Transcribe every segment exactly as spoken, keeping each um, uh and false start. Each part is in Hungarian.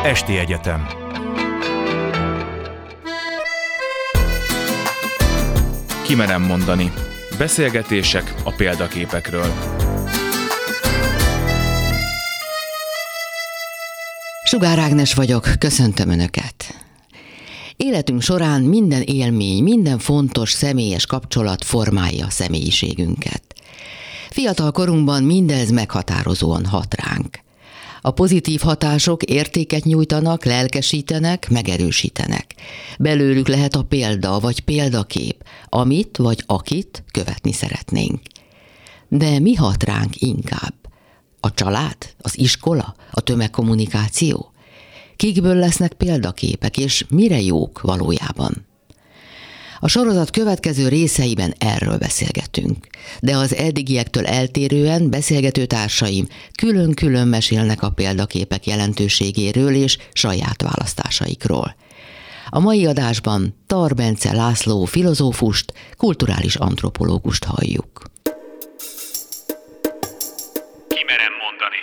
Esti Egyetem. Kimerem mondani. Beszélgetések a példaképekről. Sugár Ágnes vagyok, köszöntöm Önöket. Életünk során minden élmény, minden fontos személyes kapcsolat formálja a személyiségünket. Fiatal korunkban mindez meghatározóan hat ránk. A pozitív hatások értéket nyújtanak, lelkesítenek, megerősítenek. Belőlük lehet a példa vagy példakép, amit vagy akit követni szeretnénk. De mi hat ránk inkább? A család? Az iskola? A tömegkommunikáció? Kikből lesznek példaképek, és mire jók valójában? A sorozat következő részeiben erről beszélgetünk, de az eddigiektől eltérően beszélgető társaim külön-külön mesélnek a példaképek jelentőségéről és saját választásaikról. A mai adásban Tar Bence László filozófust, kulturális antropológust halljuk. Kimerem mondani.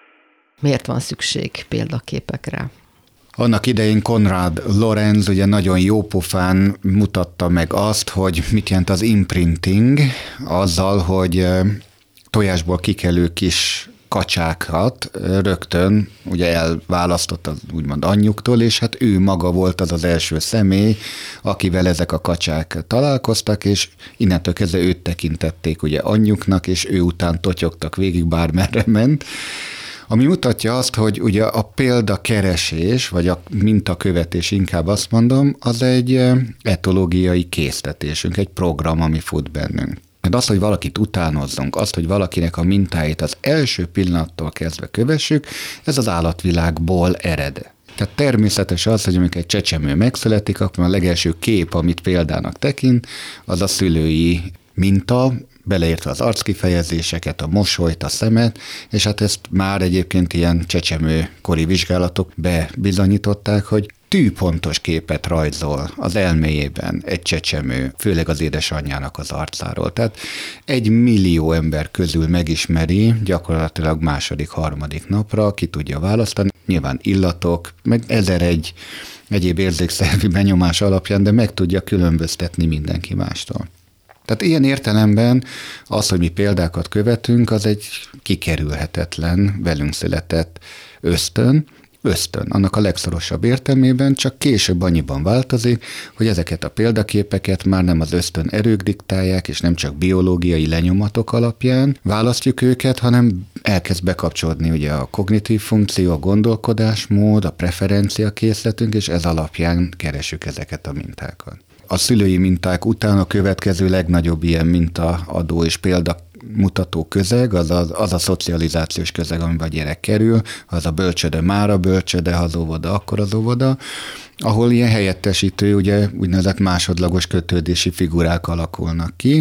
Miért van szükség példaképekre? Annak idején Konrad Lorenz ugye nagyon jópofán mutatta meg azt, hogy mit jelent az imprinting, azzal, hogy tojásból kikelő kis kacsákat rögtön ugye elválasztott az úgymond anyjuktól, és hát ő maga volt az az első személy, akivel ezek a kacsák találkoztak, és innentől kezdve őt tekintették ugye anyjuknak, és ő után totyogtak végig, bármerre ment. Ami mutatja azt, hogy ugye a példakeresés, vagy a mintakövetés, inkább azt mondom, az egy etológiai késztetésünk, egy program, ami fut bennünk. De azt, hogy valakit utánozzunk, azt, hogy valakinek a mintáit az első pillanattól kezdve kövessük, ez az állatvilágból ered. Tehát természetes az, hogy amikor egy csecsemő megszületik, akkor a legelső kép, amit példának tekint, az a szülői minta, beleértve az arckifejezéseket, a mosolyt, a szemet, és hát ezt már egyébként ilyen csecsemő kori vizsgálatok bebizonyították, hogy tűpontos képet rajzol az elméjében egy csecsemő, főleg az édesanyjának az arcáról. Tehát egy millió ember közül megismeri gyakorlatilag második, harmadik napra, ki tudja választani. Nyilván illatok, meg ezer egy egyéb érzékszervi benyomás alapján, de meg tudja különböztetni mindenki mástól. Tehát ilyen értelemben az, hogy mi példákat követünk, az egy kikerülhetetlen, velünk született ösztön, ösztön, annak a legszorosabb értelmében, csak később annyiban változik, hogy ezeket a példaképeket már nem az ösztön erők diktálják, és nem csak biológiai lenyomatok alapján választjuk őket, hanem elkezd bekapcsolódni ugye a kognitív funkció, a gondolkodásmód, a preferenciakészletünk, és ez alapján keresünk ezeket a mintákat. A szülői minták után a következő legnagyobb ilyen mintaadó és példamutató közeg, az a, az a szocializációs közeg, amiben a gyerek kerül, az a bölcsöde már a bölcsöde, ha az óvoda, akkor az óvoda, ahol ilyen helyettesítő, ugye úgynevezett másodlagos kötődési figurák alakulnak ki.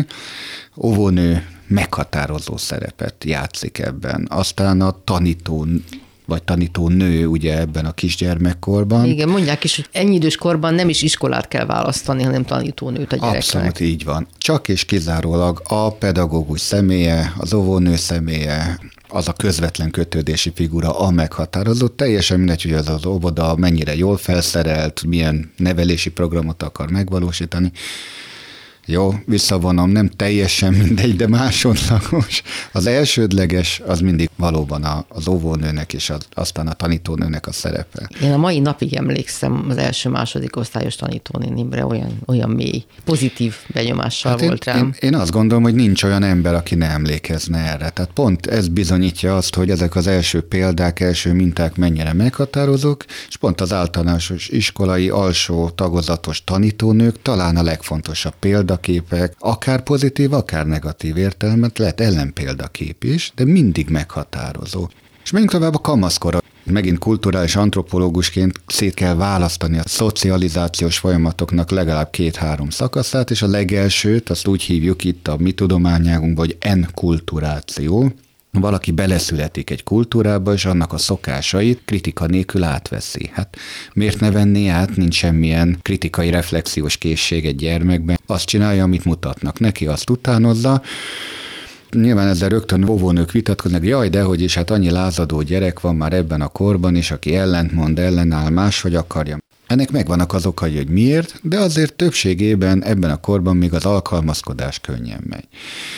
Óvónő meghatározó szerepet játszik ebben. Aztán a tanító vagy tanító nő ugye ebben a kisgyermekkorban. Igen, mondják is, hogy ennyi idős korban nem is iskolát kell választani, hanem tanítónőt a gyereknek. Abszolút így van. Csak és kizárólag a pedagógus személye, az óvónő személye, az a közvetlen kötődési figura, a meghatározó. Teljesen mindegy, hogy az az óvoda mennyire jól felszerelt, milyen nevelési programot akar megvalósítani. Jó, visszavonom, nem teljesen mindegy, de másodlagos. Az elsődleges az mindig valóban az óvónőnek és az, aztán a tanítónőnek a szerepe. Én a mai napig emlékszem az első-második osztályos tanítónénimre, olyan, olyan mély, pozitív benyomással hát volt én, rám. Én, én azt gondolom, hogy nincs olyan ember, aki ne emlékezne erre. Tehát pont ez bizonyítja azt, hogy ezek az első példák, első minták mennyire meghatározók, és pont az általános iskolai alsó tagozatos tanítónők talán a legfontosabb példa, képek, akár pozitív, akár negatív értelmet, lehet ellenpéldakép is, de mindig meghatározó. És menjünk tovább a kamaszkorra. Megint kulturális antropológusként szét kell választani a szocializációs folyamatoknak legalább két-három szakaszát, és a legelsőt, azt úgy hívjuk itt a mi tudományágunkban, hogy enkulturáció. Valaki beleszületik egy kultúrába, és annak a szokásait kritika nélkül átveszi. Hát miért ne venné át, nincs semmilyen kritikai reflexiós készség egy gyermekben. Azt csinálja, amit mutatnak neki, azt utánozza, Nyilván ezzel rögtön óvónők vitatkoznak, jaj, dehogy is, hát annyi lázadó gyerek van már ebben a korban is, aki ellentmond, ellenáll, máshogy akarja. Ennek megvannak az okai, hogy miért, de azért többségében ebben a korban még az alkalmazkodás könnyen megy.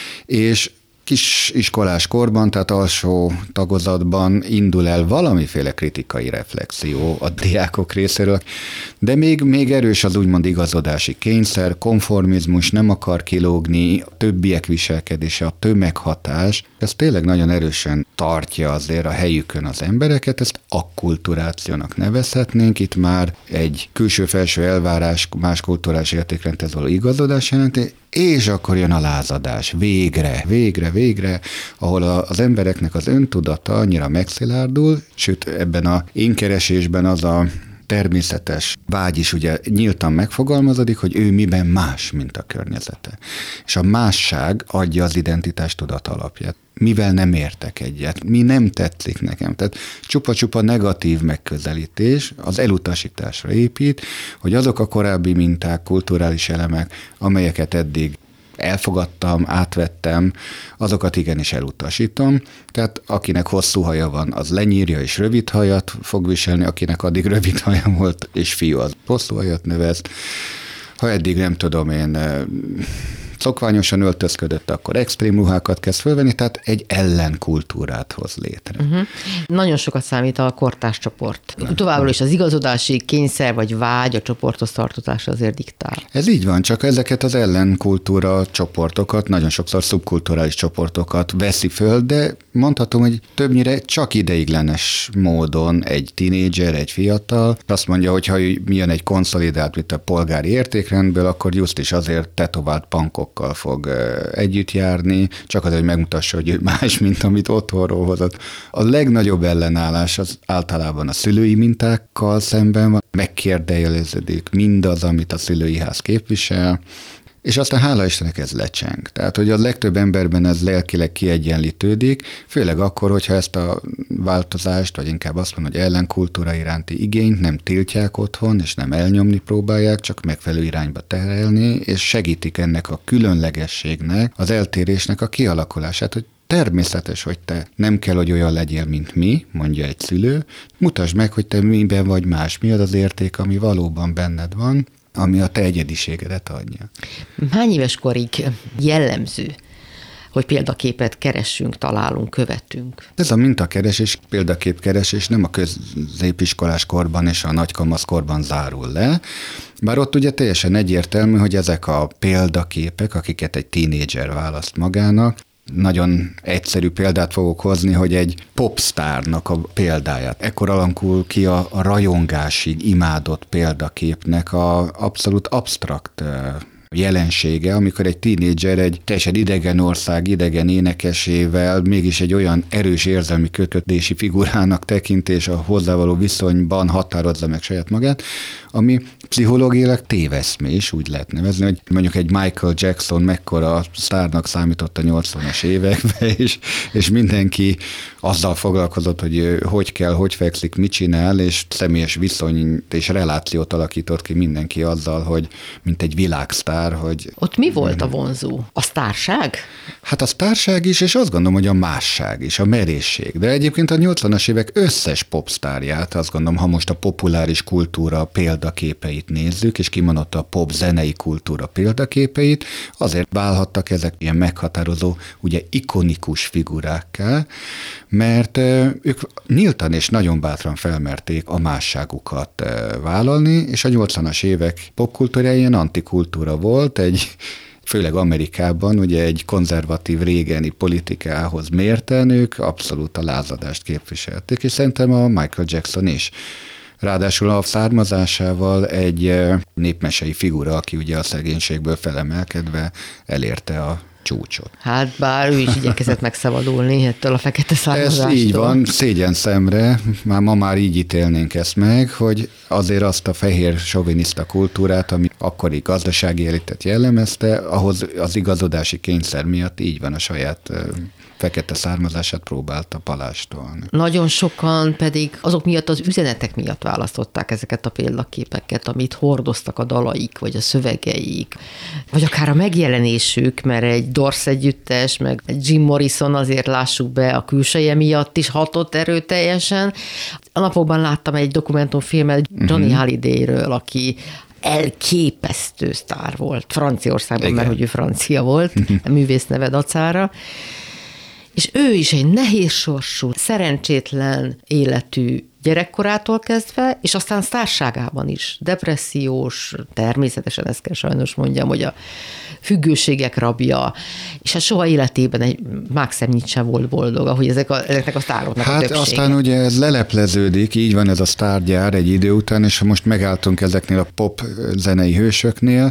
És kis iskolás korban, tehát alsó tagozatban indul el valamiféle kritikai reflexió a diákok részéről, de még, még erős az úgymond igazodási kényszer, konformizmus, nem akar kilógni, a többiek viselkedése, a tömeghatás, ez tényleg nagyon erősen tartja azért a helyükön az embereket, ezt akkulturációnak nevezhetnénk, itt már egy külső-felső elvárás, más kulturális értékrendhez való igazodás jelenti, és akkor jön a lázadás. Végre, végre, végre, ahol az embereknek az öntudata annyira megszilárdul, sőt ebben a énkeresésben az a természetes vágy is ugye nyíltan megfogalmazódik, hogy ő miben más, mint a környezete. És a másság adja az identitás tudat alapját. Mivel nem értek egyet, mi nem tetszik nekem. Tehát csupa-csupa negatív megközelítés az elutasításra épít, hogy azok a korábbi minták, kulturális elemek, amelyeket eddig elfogadtam, átvettem, azokat igenis elutasítom. Tehát akinek hosszú haja van, az lenyírja és rövid hajat fog viselni, akinek addig rövid haja volt, és fiú, az hosszú hajat növesz. Ha eddig nem tudom én szokványosan öltözködött, akkor extrém ruhákat kezd fölvenni, tehát egy ellenkultúrát hoz létre. Uh-huh. Nagyon sokat számít a kortárs csoport. Továbbra is az igazodási kényszer vagy vágy a csoporthoz tartozásra azért diktál. Ez így van, csak ezeket az ellenkultúra csoportokat, nagyon sokszor szubkulturális csoportokat veszi föl, de mondhatom, hogy többnyire csak ideiglenes módon egy tinédzser, egy fiatal azt mondja, hogy ha jön egy konszolidált, mint a polgári értékrendből, akkor just is azért tetovált pankok fog együtt járni, csak azért, hogy megmutassa, hogy ő más, mint amit otthonról hozott. A legnagyobb ellenállás az általában a szülői mintákkal szemben van, megkérdőjeleződik mindaz, amit a szülői ház képvisel, és aztán hála Istennek ez lecseng. Tehát, hogy a legtöbb emberben ez lelkileg kiegyenlítődik, főleg akkor, hogyha ezt a változást, vagy inkább azt mondom, hogy ellenkultúra iránti igényt nem tiltják otthon, és nem elnyomni próbálják, csak megfelelő irányba terelni, és segítik ennek a különlegességnek, az eltérésnek a kialakulását, hogy természetes, hogy te nem kell, hogy olyan legyél, mint mi, mondja egy szülő, mutasd meg, hogy te miben vagy más, mi az az érték, ami valóban benned van, ami a te egyediségedet adja. Hány éves korig jellemző, hogy példaképet keressünk, találunk, követünk? Ez a mintakeresés, példaképkeresés nem a középiskolás korban és a nagykamasz korban zárul le, bár ott ugye teljesen egyértelmű, hogy ezek a példaképek, akiket egy tínédzser választ magának, nagyon egyszerű példát fogok hozni, hogy egy popstárnak a példáját. Ekkor alakul ki a, a rajongásig imádott példaképnek a abszolút absztrakt jelensége, amikor egy tínédzser egy teljesen idegen ország, idegen énekesével mégis egy olyan erős érzelmi kötődési figurának tekint, és a hozzávaló viszonyban határozza meg saját magát, ami pszichológiailag téveszmés, úgy lehet nevezni, hogy mondjuk egy Michael Jackson mekkora sztárnak számított a nyolcvanas években, és, és mindenki azzal foglalkozott, hogy hogy kell, hogy fekszik, mit csinál, és személyes viszonyt és relációt alakított ki mindenki azzal, hogy mint egy világsztár, hogy... Ott mi volt a vonzó? A sztárság? Hát a sztárság is, és azt gondolom, hogy a másság is, a merészség. De egyébként a nyolcvanas évek összes popsztárját, azt gondolom, ha most a populáris kultúra példaképeit nézzük, és kimondott a pop zenei kultúra példaképeit, azért válhattak ezek ilyen meghatározó, ugye ikonikus figurákká, mert ők nyíltan és nagyon bátran felmerték a másságukat vállalni, és a nyolcvanas évek popkultúrája ilyen antikultúra volt, egy főleg Amerikában ugye egy konzervatív régeni politikához mérten ők abszolút a lázadást képviselték, és szerintem a Michael Jackson is. Ráadásul a származásával egy népmesei figura, aki ugye a szegénységből felemelkedve elérte a csúcsot. Hát bár ő is igyekezett megszabadulni ettől a fekete származástól. Ez így van, szégyen szemre, már ma már így ítélnénk ezt meg, hogy azért azt a fehér soviniszta kultúrát, ami akkori gazdasági elitet jellemezte, ahhoz az igazodási kényszer miatt így van a saját fekete származását próbálta palástolni. Nagyon sokan pedig azok miatt, az üzenetek miatt választották ezeket a példaképeket, amit hordoztak a dalaik, vagy a szövegeik, vagy akár a megjelenésük, mert egy Doors együttes, meg Jim Morrison, azért lássuk be, a külseje miatt is hatott erőteljesen. A napokban láttam egy dokumentumfilmet Johnny uh-huh. Hallyday-ről, aki elképesztő sztár volt Franciaországban, igen, mert hogy ő francia volt, a művész neve dacára, és ő is egy nehéz sorsú, szerencsétlen életű gyerekkorától kezdve, és aztán sztárságában is depressziós, természetesen ezt kell sajnos mondjam, hogy a függőségek rabja, és hát soha életében egy mákszemnyit sem volt boldog, ahogy ezek a, ezeknek a sztároknak hát a többsége. Hát aztán ugye ez lelepleződik, így van ez a sztárgyár egy idő után, és ha most megálltunk ezeknél a pop zenei hősöknél,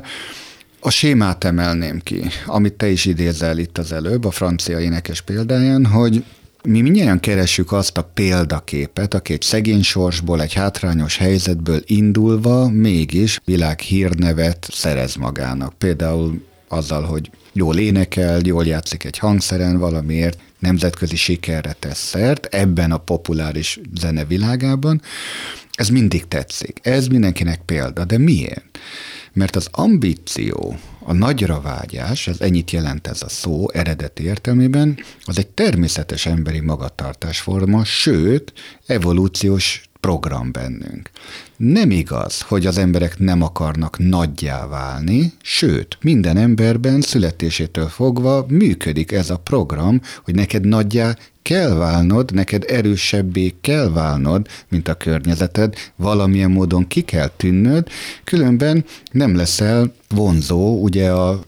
a sémát emelném ki, amit te is idézel itt az előbb, a francia énekes példáján, hogy mi mindjárt keressük azt a példaképet, aki egy szegény sorsból, egy hátrányos helyzetből indulva mégis világhírnevet szerez magának. Például azzal, hogy jól énekel, jól játszik egy hangszeren, valamiért nemzetközi sikerre tesz szert ebben a populáris zenevilágában. Ez mindig tetszik. Ez mindenkinek példa. De miért? Mert az ambíció, a nagyra vágyás, ez ennyit jelent ez a szó eredeti értelmében, az egy természetes emberi magatartásforma, sőt, evolúciós program bennünk. Nem igaz, hogy az emberek nem akarnak nagyjá válni, sőt, minden emberben születésétől fogva működik ez a program, hogy neked nagyjá kell válnod, neked erősebbé kell válnod, mint a környezeted, valamilyen módon ki kell tűnnöd, különben nem leszel vonzó, ugye a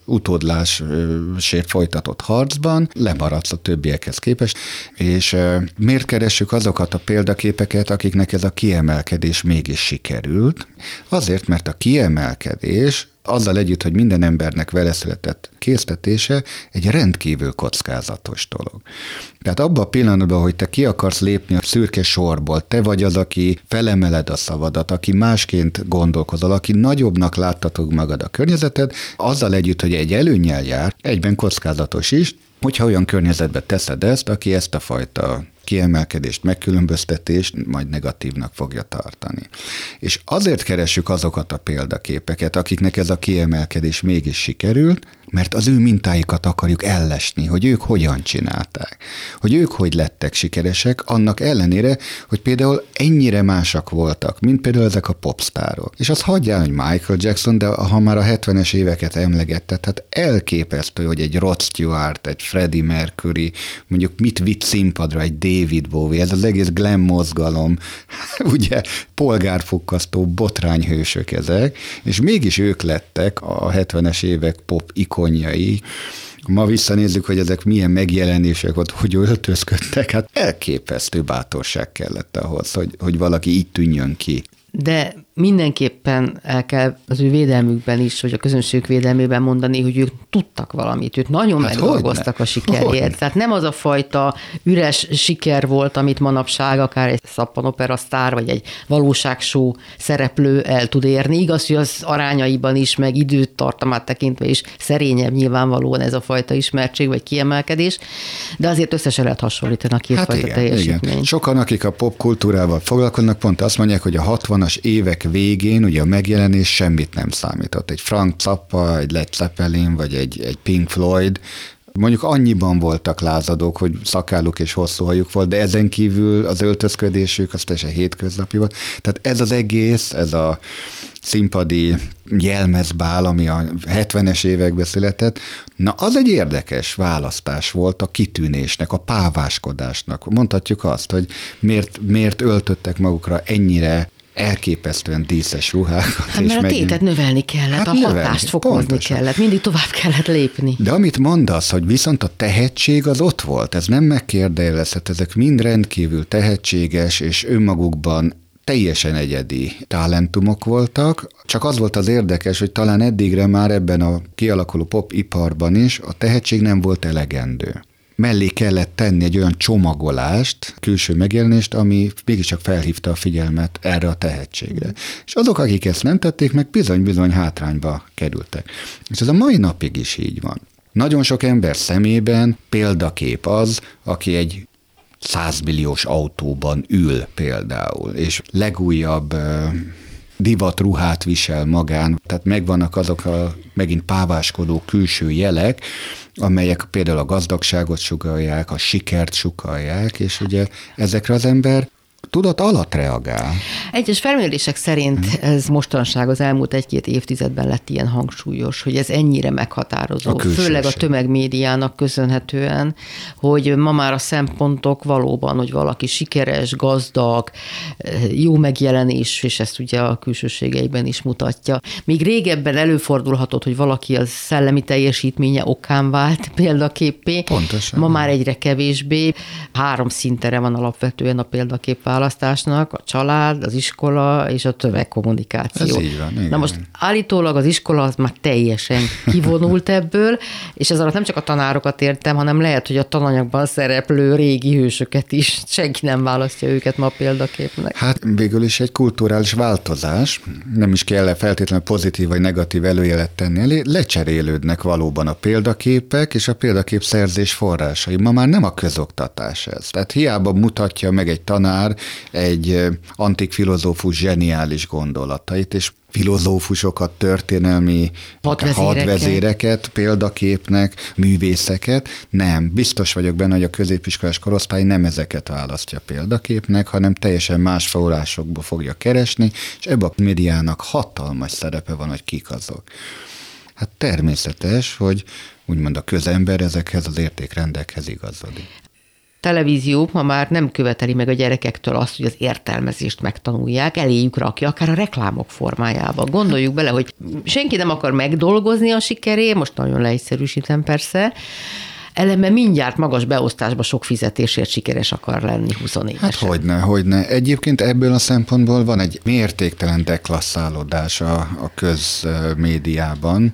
utódlásért folytatott harcban, lemaradsz a többiekhez képest, és miért keressük azokat a példaképeket, akiknek ez a kiemelkedés mégis sikerült? Azért, mert a kiemelkedés azzal együtt, hogy minden embernek vele született késztetése, egy rendkívül kockázatos dolog. Tehát abban a pillanatban, hogy te ki akarsz lépni a szürke sorból, te vagy az, aki felemeled a szavadat, aki másként gondolkozol, aki nagyobbnak láttatod magad a környezeted, azzal együtt, hogy egy előnnyel jár, egyben kockázatos is, hogyha olyan környezetbe teszed ezt, aki ezt a fajta kiemelkedést, megkülönböztetést majd negatívnak fogja tartani. És azért keressük azokat a példaképeket, akiknek ez a kiemelkedés mégis sikerült, mert az ő mintáikat akarjuk ellesni, hogy ők hogyan csinálták, hogy ők hogy lettek sikeresek, annak ellenére, hogy például ennyire másak voltak, mint például ezek a popstárok. És azt hagyjál, hogy Michael Jackson, de ha már a hetvenes éveket emlegetted, hát elképesztő, hogy egy Rod Stewart, egy Freddie Mercury, mondjuk mit vitt színpadra, egy David Bowie, ez az egész glam mozgalom, ugye polgárfukkasztó botrányhősök ezek, és mégis ők lettek a hetvenes évek pop ikonjai. Ma visszanézzük, hogy ezek milyen megjelenések volt, hogy öltözködtek, hát elképesztő bátorság kellett ahhoz, hogy, hogy valaki így tűnjön ki. De mindenképpen el kell az ő védelmükben is, vagy a közönség védelmében mondani, hogy ők tudtak valamit, ők nagyon hát megdolgoztak a sikerért. Hogyne. Tehát nem az a fajta üres siker volt, amit manapság akár egy szappanopera sztár, vagy egy valóságshow szereplő el tud érni. Igaz, hogy az arányaiban is, meg időtartamát tekintve is szerényebb nyilvánvalóan ez a fajta ismertség, vagy kiemelkedés, de azért összesen lehet hasonlítani a két hát fajta igen, teljesítményt. Igen. Sokan, akik a popkultúrával foglalkoznak, pont azt mondják, hogy a hatvanas évek végén ugye a megjelenés semmit nem számított. Egy Frank Zappa, egy Led Zeppelin, vagy egy, egy Pink Floyd, mondjuk annyiban voltak lázadók, hogy szakáluk és hosszú hajuk volt, de ezen kívül az öltözködésük az teljesen hétköznapi volt. Tehát ez az egész, ez a színpadi jelmezbál, ami a hetvenes években született, na az egy érdekes választás volt a kitűnésnek, a páváskodásnak. Mondhatjuk azt, hogy miért, miért öltöttek magukra ennyire elképesztően díszes ruhákat. Hát mert a tétet növelni kellett, hát a növelni, hatást fokozni pontosan. kellett, mindig tovább kellett lépni. De amit mondasz, hogy viszont a tehetség az ott volt, ez nem megkérdőjelezhet, ezek mind rendkívül tehetséges, és önmagukban teljesen egyedi talentumok voltak, csak az volt az érdekes, hogy talán eddigre már ebben a kialakuló popiparban is a tehetség nem volt elegendő. Mellé kellett tenni egy olyan csomagolást, külső megjelenést, ami mégiscsak felhívta a figyelmet erre a tehetségre. És azok, akik ezt nem tették meg, bizony-bizony hátrányba kerültek. És ez a mai napig is így van. Nagyon sok ember szemében példakép az, aki egy százmilliós autóban ül például, és legújabb divatruhát visel magán, tehát megvannak azok a megint páváskodó külső jelek, amelyek például a gazdagságot sugallják, a sikert sugallják, és ugye ezekre az ember tudat alatt reagál. Egyes felmérések szerint ez mostanság az elmúlt egy-két évtizedben lett ilyen hangsúlyos, hogy ez ennyire meghatározó, a főleg a tömegmédiának köszönhetően, hogy ma már a szempontok valóban, hogy valaki sikeres, gazdag, jó megjelenés, és ezt ugye a külsőségeiben is mutatja. Még régebben előfordulhatott, hogy valaki a szellemi teljesítménye okán vált példaképpé. Pontosan. Ma már egyre kevésbé. Három szintere van alapvetően a példakép választásnak, a család, az iskola és a tömegkommunikáció. Ez így van, igen. Na most állítólag az iskola az már teljesen kivonult ebből, és ez alatt nem csak a tanárokat értem, hanem lehet, hogy a tananyagban szereplő régi hősöket is, senki nem választja őket ma példaképnek. Hát végül is egy kulturális változás, nem is kell feltétlenül pozitív vagy negatív előjelet tenni elé, lecserélődnek valóban a példaképek és a példakép szerzés forrásai. Ma már nem a közoktatás ez. Tehát hiába mutatja meg egy tanár egy antik filozófus zseniális gondolatait, és filozófusokat, történelmi hadvezéreket. hadvezéreket, példaképnek, művészeket. Nem, biztos vagyok benne, hogy a középiskolás korosztály nem ezeket választja példaképnek, hanem teljesen más forrásokból fogja keresni, és ebben a médiának hatalmas szerepe van, hogy kik azok. Hát természetes, hogy úgymond a közember ezekhez az értékrendekhez igazodik. Televízió ma már nem követeli meg a gyerekektől azt, hogy az értelmezést megtanulják, eléjük rakja, akár a reklámok formájában. Gondoljuk bele, hogy senki nem akar megdolgozni a sikeré, most nagyon leegyszerűsítem persze, ellenben mindjárt magas beosztásban sok fizetésért sikeres akar lenni huszonévesen. Hát hogyne, hogyne. Egyébként ebből a szempontból van egy mértéktelen deklasszálódás a, a közmédiában.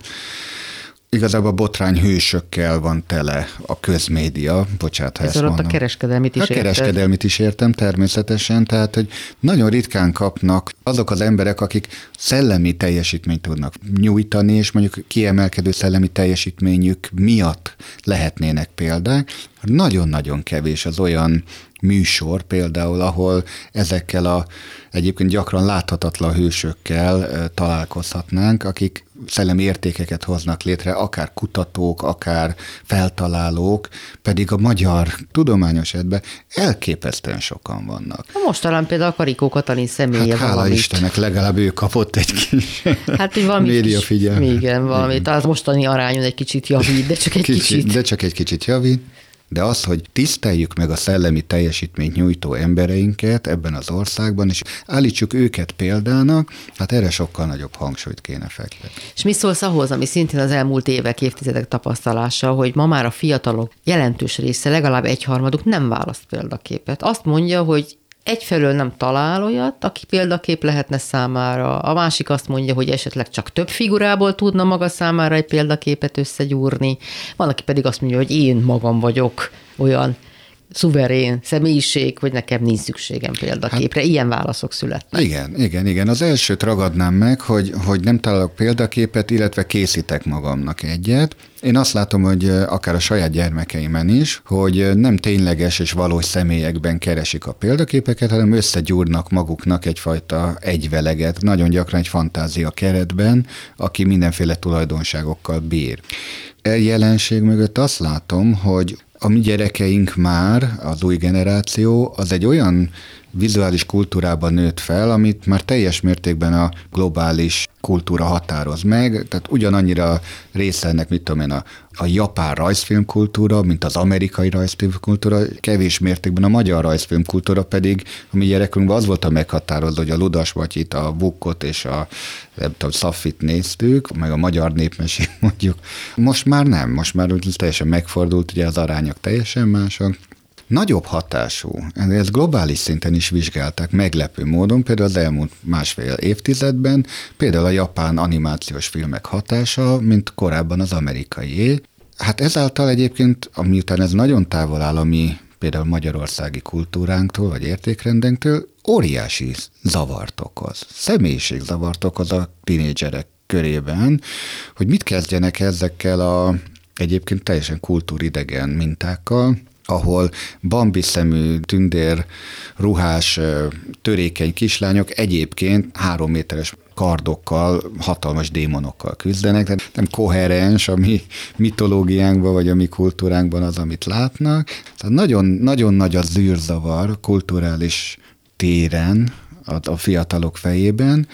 Igazából botrányhősökkel van tele a közmédia, bocsánat, ha ez ezt alatt mondom. a kereskedelmit is A érted? kereskedelmit is értem természetesen, tehát hogy nagyon ritkán kapnak azok az emberek, akik szellemi teljesítményt tudnak nyújtani, és mondjuk kiemelkedő szellemi teljesítményük miatt lehetnének példák. Nagyon-nagyon kevés az olyan műsor például, ahol ezekkel a egyébként gyakran láthatatlan hősökkel találkozhatnánk, akik szellemi értékeket hoznak létre, akár kutatók, akár feltalálók, pedig a magyar tudományos esetben elképesztően sokan vannak. Most talán például a Karikó Katalin személye hát hála valamit. Istennek, legalább ő kapott egy kis hát, hogy valami médiafigyelmet. Igen, valami. Az mostani arányon egy kicsit javít, de csak egy kicsit. kicsit. De csak egy kicsit javít. De az, hogy tiszteljük meg a szellemi teljesítményt nyújtó embereinket ebben az országban, és állítsuk őket példának, hát erre sokkal nagyobb hangsúlyt kéne fektetni. És mi szólsz ahhoz, ami szintén az elmúlt évek, évtizedek tapasztalása, hogy ma már a fiatalok jelentős része, legalább egyharmaduk nem választ példaképet. Azt mondja, hogy egyfelől nem talál olyat, aki példakép lehetne számára, a másik azt mondja, hogy esetleg csak több figurából tudna maga számára egy példaképet összegyúrni, van, aki pedig azt mondja, hogy én magam vagyok olyan szuverén személyiség, hogy nekem nincs szükségem példaképre. Hát, ilyen válaszok születnek. Igen, igen, igen. Az elsőt ragadnám meg, hogy, hogy nem találok példaképet, illetve készítek magamnak egyet. Én azt látom, hogy akár a saját gyermekeimen is, hogy nem tényleges és valós személyekben keresik a példaképeket, hanem összegyúrnak maguknak egyfajta egyveleget, nagyon gyakran egy fantázia keretben, aki mindenféle tulajdonságokkal bír. E jelenség mögött azt látom, hogy a mi gyerekeink már, az új generáció, az egy olyan vizuális kultúrában nőtt fel, amit már teljes mértékben a globális kultúra határoz meg, tehát ugyanannyira része ennek, mit tudom én, a, a japán rajzfilmkultúra, mint az amerikai rajzfilmkultúra, kevés mértékben a magyar rajzfilmkultúra pedig, a mi gyerekünkben az volt a meghatározó, hogy a Ludas Matyit, a Bukkot és a nem tudom, Szafit néztük, meg a magyar népmesét mondjuk. Most már nem, most már teljesen megfordult, ugye az arányok teljesen mások. Nagyobb hatású, ezt globális szinten is vizsgálták meglepő módon, például az elmúlt másfél évtizedben, például a japán animációs filmek hatása, mint korábban az amerikaié. Hát ezáltal egyébként, miután ez nagyon távol áll a mi például magyarországi kultúránktól, vagy értékrendünktől, óriási zavart okoz, személyiségzavart okoz a tínédzserek körében, hogy mit kezdjenek ezekkel a egyébként teljesen kultúridegen mintákkal, ahol bambi szemű, tündér, ruhás, törékeny kislányok egyébként három méteres kardokkal, hatalmas démonokkal küzdenek, tehát nem koherens a mi mitológiánkban, vagy a mi kultúránkban az, amit látnak. Tehát nagyon, nagyon nagy a zűrzavar kulturális téren a, a fiatalok fejében,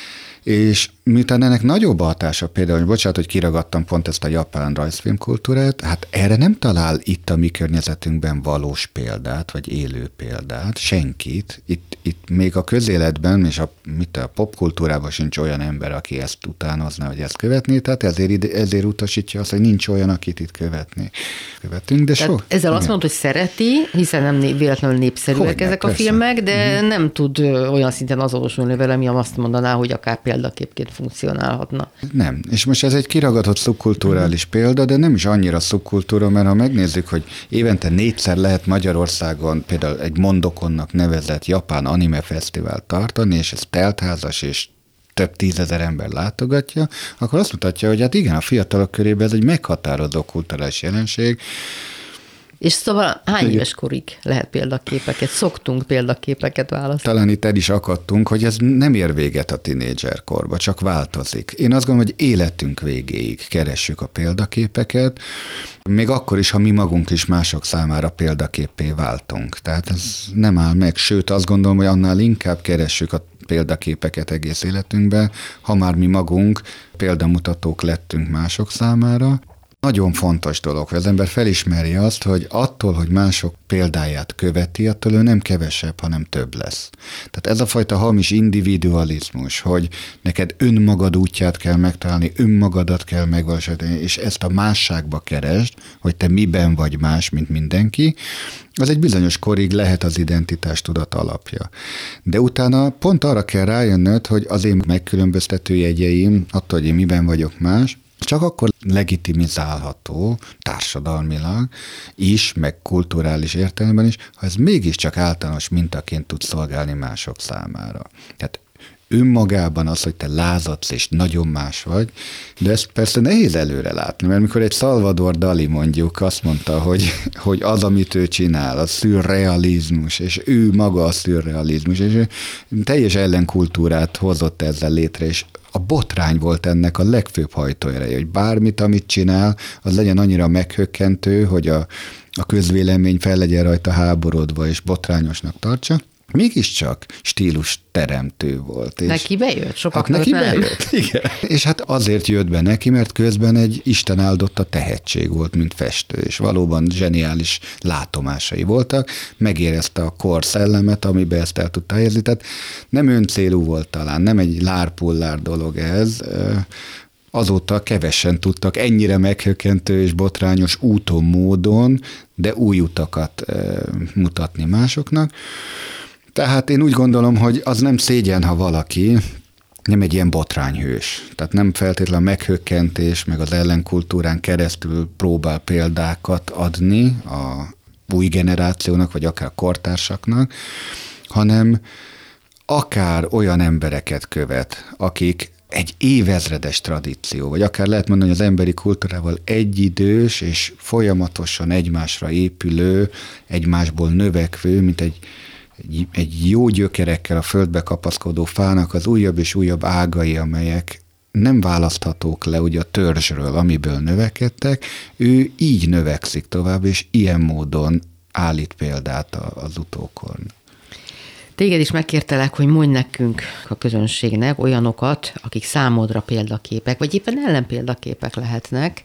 és miután ennek nagyobb a hatása, például, hogy bocsánat, hogy kiragadtam pont ezt a japán rajzfilmkultúrát, hát erre nem talál itt a mi környezetünkben valós példát, vagy élő példát, senkit. Itt, itt még a közéletben, és a, mit, a popkultúrában sincs olyan ember, aki ezt utánozna, vagy ezt követné, tehát ezért, ezért utasítja azt, hogy nincs olyan, akit itt követni. Követünk, de so. Ezzel azt mondod, hogy szereti, hiszen nem véletlenül népszerűek Hogyne, ezek persze. a filmek, de mm-hmm. nem tud olyan szinten azonosulni vele, ami azt mondaná, hogy akár példaképként funkcionálhatna. Nem. És most ez egy kiragadott szubkulturális uh-huh. példa, de nem is annyira szubkultúra, mert ha megnézzük, hogy évente négyszer lehet Magyarországon például egy Mondokonnak nevezett japán anime fesztivált tartani, és ez teltházas, és több tízezer ember látogatja, akkor azt mutatja, hogy hát igen, a fiatalok körében ez egy meghatározó kulturális jelenség. És szóval hány Igen. éves korig lehet példaképeket? Szoktunk példaképeket választani? Talán itt el is akadtunk, hogy ez nem ér véget a tinédzserkorba, csak változik. Én azt gondolom, hogy életünk végéig keressük a példaképeket, még akkor is, ha mi magunk is mások számára példaképpé váltunk. Tehát ez nem áll meg, sőt azt gondolom, hogy annál inkább keressük a példaképeket egész életünkben, ha már mi magunk példamutatók lettünk mások számára. Nagyon fontos dolog, hogy az ember felismeri azt, hogy attól, hogy mások példáját követi, attól ő nem kevesebb, hanem több lesz. Tehát ez a fajta hamis individualizmus, hogy neked önmagad útját kell megtalálni, önmagadat kell megvalósítani, és ezt a másságba keresd, hogy te miben vagy más, mint mindenki, az egy bizonyos korig lehet az identitás tudat alapja. De utána pont arra kell rájönnöd, hogy az én megkülönböztető jegyeim, attól, hogy én miben vagyok más, csak akkor legitimizálható társadalmilag is, meg kulturális értelemben is, ha ez mégiscsak általános mintaként tud szolgálni mások számára. Tehát önmagában az, hogy te lázadsz és nagyon más vagy, de ezt persze nehéz előre látni, mert mikor egy Salvador Dali mondjuk azt mondta, hogy, hogy az, amit ő csinál, a szürrealizmus, és ő maga a szürrealizmus, és ő teljes ellenkultúrát hozott ezzel létre, és a botrány volt ennek a legfőbb hajtóereje, hogy bármit, amit csinál, az legyen annyira meghökkentő, hogy a, a közvélemény fel legyen rajta háborodva és botrányosnak tartsa. Mégiscsak stílus teremtő volt. És neki bejött? Sokaknak hát neki nem. bejött, igen. És hát azért jött be neki, mert közben egy Isten áldotta tehetség volt, mint festő, és valóban zseniális látomásai voltak, megérezte a kor szellemet, amiben ezt el tudta helyezni, tehát nem öncélú volt talán, nem egy lárpullár dolog ez, azóta kevesen tudtak ennyire meghökkentő és botrányos úton, módon, de új utakat mutatni másoknak. Tehát én úgy gondolom, hogy az nem szégyen, ha valaki nem egy ilyen botrányhős. Tehát nem feltétlenül meghökkentés, meg az ellenkultúrán keresztül próbál példákat adni a új generációnak, vagy akár kortársaknak, hanem akár olyan embereket követ, akik egy évezredes tradíció, vagy akár lehet mondani, hogy az emberi kultúrával egyidős és folyamatosan egymásra épülő, egymásból növekvő, mint egy Egy, egy jó gyökerekkel a földbe kapaszkodó fának az újabb és újabb ágai, amelyek nem választhatók le ugye a törzsről, amiből növekedtek, ő így növekszik tovább, és ilyen módon állít példát az utókorn. Téged is megkértelek, hogy mondj nekünk a közönségnek olyanokat, akik számodra példaképek, vagy éppen ellenpéldaképek lehetnek.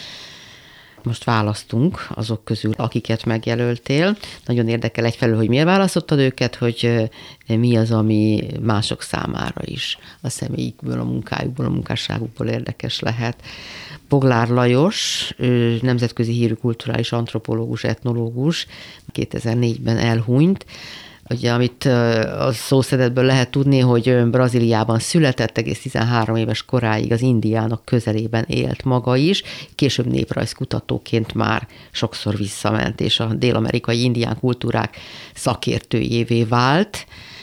Most választunk azok közül, akiket megjelöltél. Nagyon érdekel egyfelől, hogy miért választottad őket, hogy mi az, ami mások számára is a személyükből, a munkájukból, a munkásságukból érdekes lehet. Boglár Lajos, nemzetközi hírű kulturális antropológus, etnológus, kétezer-négyben elhunyt. Ugye, amit a szószedetből lehet tudni, hogy Brazíliában született, egész tizenhárom éves koráig az Indiának közelében élt maga is, később néprajzkutatóként már sokszor visszament, és a dél-amerikai indián kultúrák szakértőjévé vált.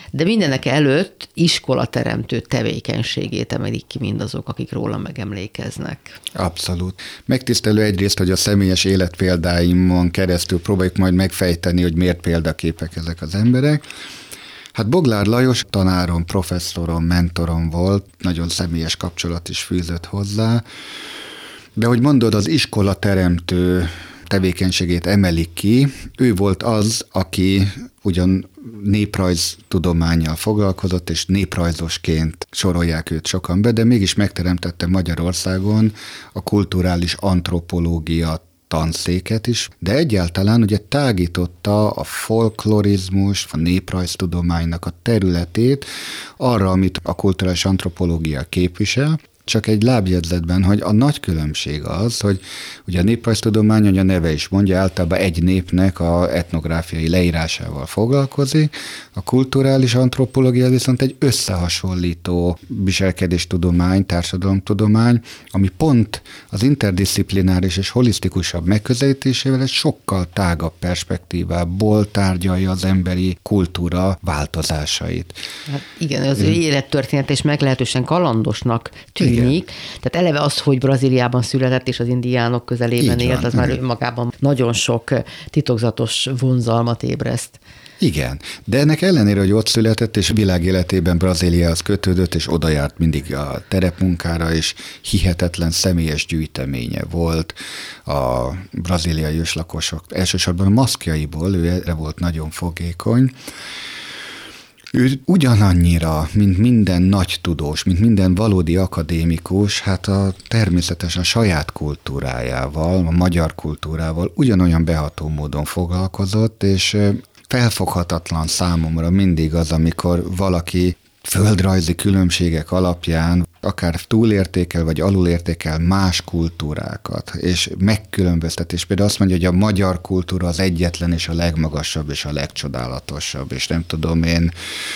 de mindenek előtt iskolateremtő tevékenységét emelik ki mindazok, akik róla megemlékeznek. Abszolút. Megtisztelő egyrészt, hogy a személyes életpéldáimon keresztül próbáljuk majd megfejteni, hogy miért példaképek ezek az emberek. Hát Boglár Lajos tanárom, professzorom, mentorom volt, nagyon személyes kapcsolat is fűzött hozzá, de hogy mondod, az iskola teremtő tevékenységét emelik ki, ő volt az, aki ugyan néprajztudománnyal foglalkozott, és néprajzosként sorolják őt sokan be, de mégis megteremtette Magyarországon a kulturális antropológia tanszéket is, de egyáltalán ugye tágította a folklorizmus, a néprajztudománynak a területét arra, amit a kulturális antropológia képvisel, csak egy lábjegyzetben, hogy a nagy különbség az, hogy ugye a néprajztudomány, hogy a neve is mondja, általában egy népnek a etnográfiai leírásával foglalkozik, a kulturális antropológia viszont egy összehasonlító viselkedéstudomány, társadalomtudomány, ami pont az interdisziplináris és holisztikusabb megközelítésével egy sokkal tágabb perspektívából tárgyalja az emberi kultúra változásait. Hát igen, az ő élettörténet és meglehetősen kalandosnak tűnik. Igen. Tehát eleve az, hogy Brazíliában született és az indiánok közelében élt, az már önmagában nagyon sok titokzatos vonzalmat ébreszt. Igen, de ennek ellenére, hogy ott született, és világéletében Brazíliához kötődött, és oda járt mindig a terepmunkára, és hihetetlen személyes gyűjteménye volt a brazíliai őslakosok, elsősorban a maszkjaiból, ő erre volt nagyon fogékony. Ő ugyanannyira, mint minden nagy tudós, mint minden valódi akadémikus, hát a természetesen a saját kultúrájával, a magyar kultúrával ugyanolyan beható módon foglalkozott, és felfoghatatlan számomra mindig az, amikor valaki földrajzi különbségek alapján akár túlértékel vagy alulértékel más kultúrákat, és megkülönböztet, és például azt mondja, hogy a magyar kultúra az egyetlen és a legmagasabb és a legcsodálatosabb, és nem tudom én,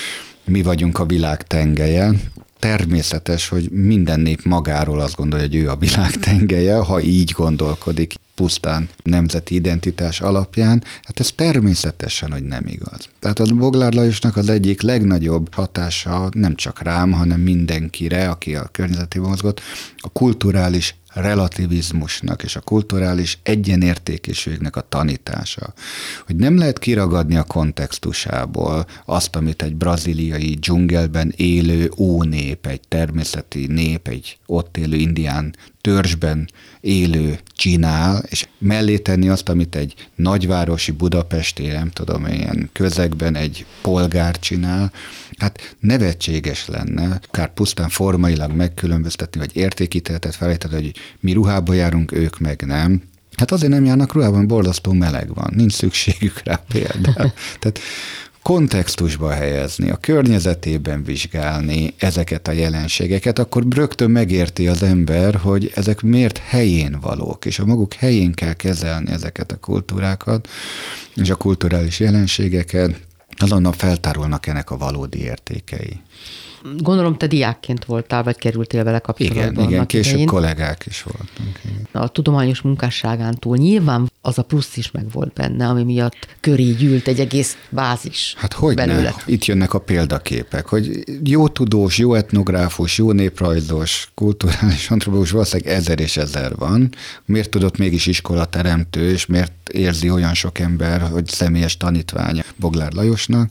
mi vagyunk a világ tengelye. Természetes, hogy minden nép magáról azt gondolja, hogy ő a világ tengelye, ha így gondolkodik, pusztán nemzeti identitás alapján, hát ez természetesen, hogy nem igaz. Tehát a Boglár Lajosnak az egyik legnagyobb hatása nem csak rám, hanem mindenkire, aki a környezetében mozgott, a kulturális relativizmusnak és a kulturális egyenértékűségnek a tanítása. Hogy nem lehet kiragadni a kontextusából azt, amit egy brazíliai dzsungelben élő ónép, egy természeti nép, egy ott élő indián törzsben élő csinál, és mellé tenni azt, amit egy nagyvárosi budapesti, nem tudom, ilyen közegben egy polgár csinál, hát nevetséges lenne, akár pusztán formailag megkülönböztetni, vagy értékítéletet felejteni, hogy mi ruhába járunk, ők meg nem. Hát azért nem járnak ruhában, borzasztó meleg van, nincs szükségük rá például. Tehát kontextusba helyezni, a környezetében vizsgálni ezeket a jelenségeket, akkor rögtön megérti az ember, hogy ezek miért helyén valók, és a maguk helyén kell kezelni ezeket a kultúrákat, és a kulturális jelenségeket, azonnal feltárulnak ennek a valódi értékei. Gondolom, te diákként voltál, vagy kerültél vele kapcsolatban. Igen, igen, később idején. Kollégák is voltunk. Igen. A tudományos munkásságán túl nyilván az a plusz is meg volt benne, ami miatt köré gyűlt egy egész bázis. Hát hogyne, itt jönnek a példaképek, hogy jó tudós, jó etnográfus, jó néprajzos, kulturális antropológus valószínűleg ezer és ezer van. Miért tudott mégis iskolateremtő, és miért érzi olyan sok ember, hogy személyes tanítványa Boglár Lajosnak?